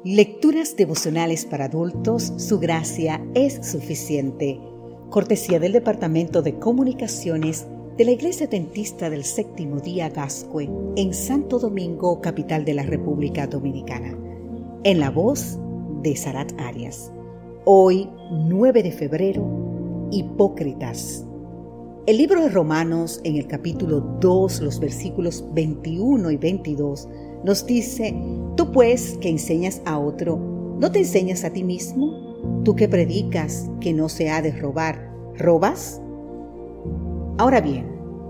Lecturas devocionales para adultos, su gracia es suficiente. Cortesía del Departamento de Comunicaciones de la Iglesia Adventista del Séptimo Día Gascue en Santo Domingo, capital de la República Dominicana. En la voz de Sarat Arias. Hoy, 9 de febrero, Hipócritas. El libro de Romanos, en el capítulo 2, los versículos 21 y 22, nos dice: Tú pues, que enseñas a otro, ¿no te enseñas a ti mismo? Tú que predicas que no se ha de robar, ¿robas? Ahora bien,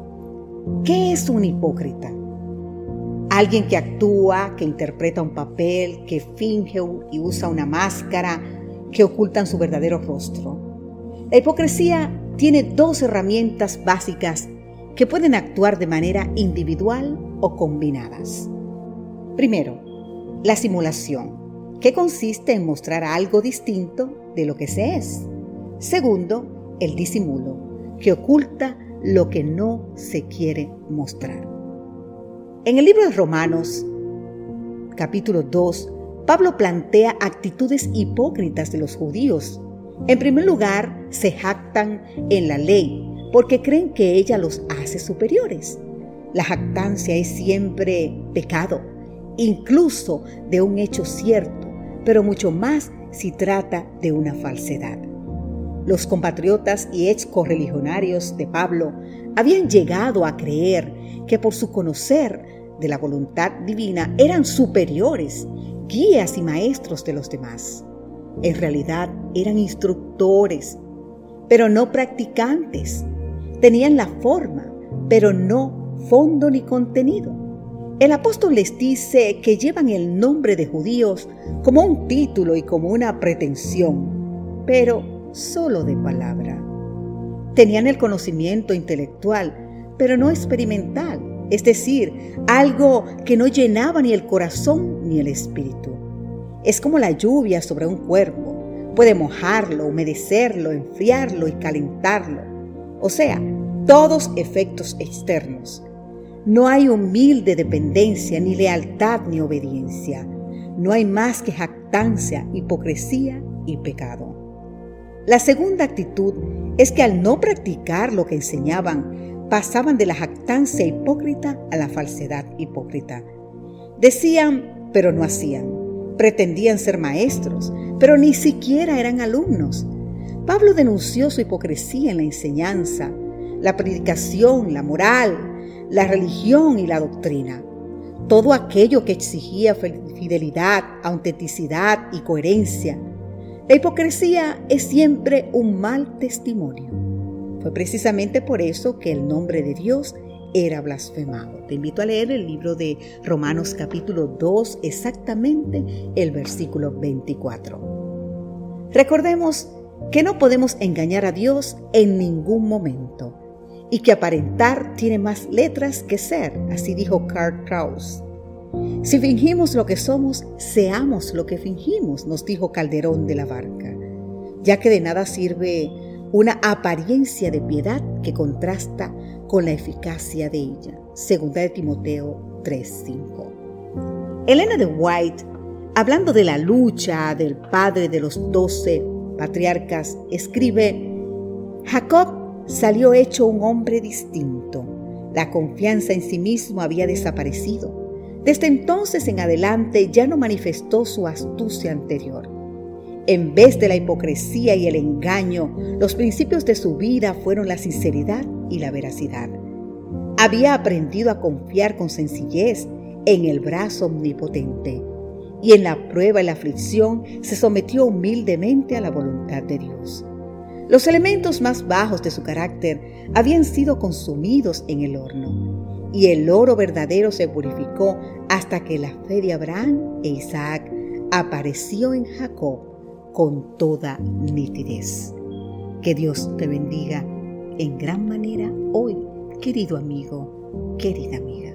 ¿qué es un hipócrita? Alguien que actúa, que interpreta un papel, que finge y usa una máscara, que ocultan su verdadero rostro. La hipocresía tiene dos herramientas básicas que pueden actuar de manera individual o combinadas. Primero, la simulación, que consiste en mostrar algo distinto de lo que se es. Segundo, el disimulo, que oculta lo que no se quiere mostrar. En el libro de Romanos, capítulo 2, Pablo plantea actitudes hipócritas de los judíos. En primer lugar, se jactan en la ley porque creen que ella los hace superiores. La jactancia es siempre pecado, incluso de un hecho cierto, pero mucho más si trata de una falsedad. Los compatriotas y ex correligionarios de Pablo habían llegado a creer que por su conocer de la voluntad divina eran superiores, guías y maestros de los demás. En realidad eran instructores, pero no practicantes. Tenían la forma, pero no fondo ni contenido. El apóstol les dice que llevan el nombre de judíos como un título y como una pretensión, pero solo de palabra. Tenían el conocimiento intelectual, pero no experimental, es decir, algo que no llenaba ni el corazón ni el espíritu. Es como la lluvia sobre un cuerpo, puede mojarlo, humedecerlo, enfriarlo y calentarlo, o sea, todos efectos externos. No hay humilde dependencia, ni lealtad, ni obediencia. No hay más que jactancia, hipocresía y pecado. La segunda actitud es que al no practicar lo que enseñaban, pasaban de la jactancia hipócrita a la falsedad hipócrita. Decían, pero no hacían. Pretendían ser maestros, pero ni siquiera eran alumnos. Pablo denunció su hipocresía en la enseñanza, la predicación, la moral, la religión y la doctrina. Todo aquello que exigía fidelidad, autenticidad y coherencia. La hipocresía es siempre un mal testimonio. Fue precisamente por eso que el nombre de Dios era blasfemado. Te invito a leer el libro de Romanos capítulo 2, exactamente el versículo 24. Recordemos que no podemos engañar a Dios en ningún momento y que aparentar tiene más letras que ser, así dijo Karl Kraus. Si fingimos lo que somos, seamos lo que fingimos, nos dijo Calderón de la Barca, ya que de nada sirve una apariencia de piedad que contrasta con la eficacia de ella. Segunda de Timoteo 3:5. Elena de White, hablando de la lucha del padre de los 12 patriarcas, escribe: Jacob salió hecho un hombre distinto. La confianza en sí mismo había desaparecido. Desde entonces en adelante ya no manifestó su astucia anterior. En vez de la hipocresía y el engaño, los principios de su vida fueron la sinceridad y la veracidad. Había aprendido a confiar con sencillez en el brazo omnipotente y en la prueba y la aflicción se sometió humildemente a la voluntad de Dios. Los elementos más bajos de su carácter habían sido consumidos en el horno y el oro verdadero se purificó hasta que la fe de Abraham e Isaac apareció en Jacob con toda nitidez. Que Dios te bendiga en gran manera hoy, querido amigo, querida amiga.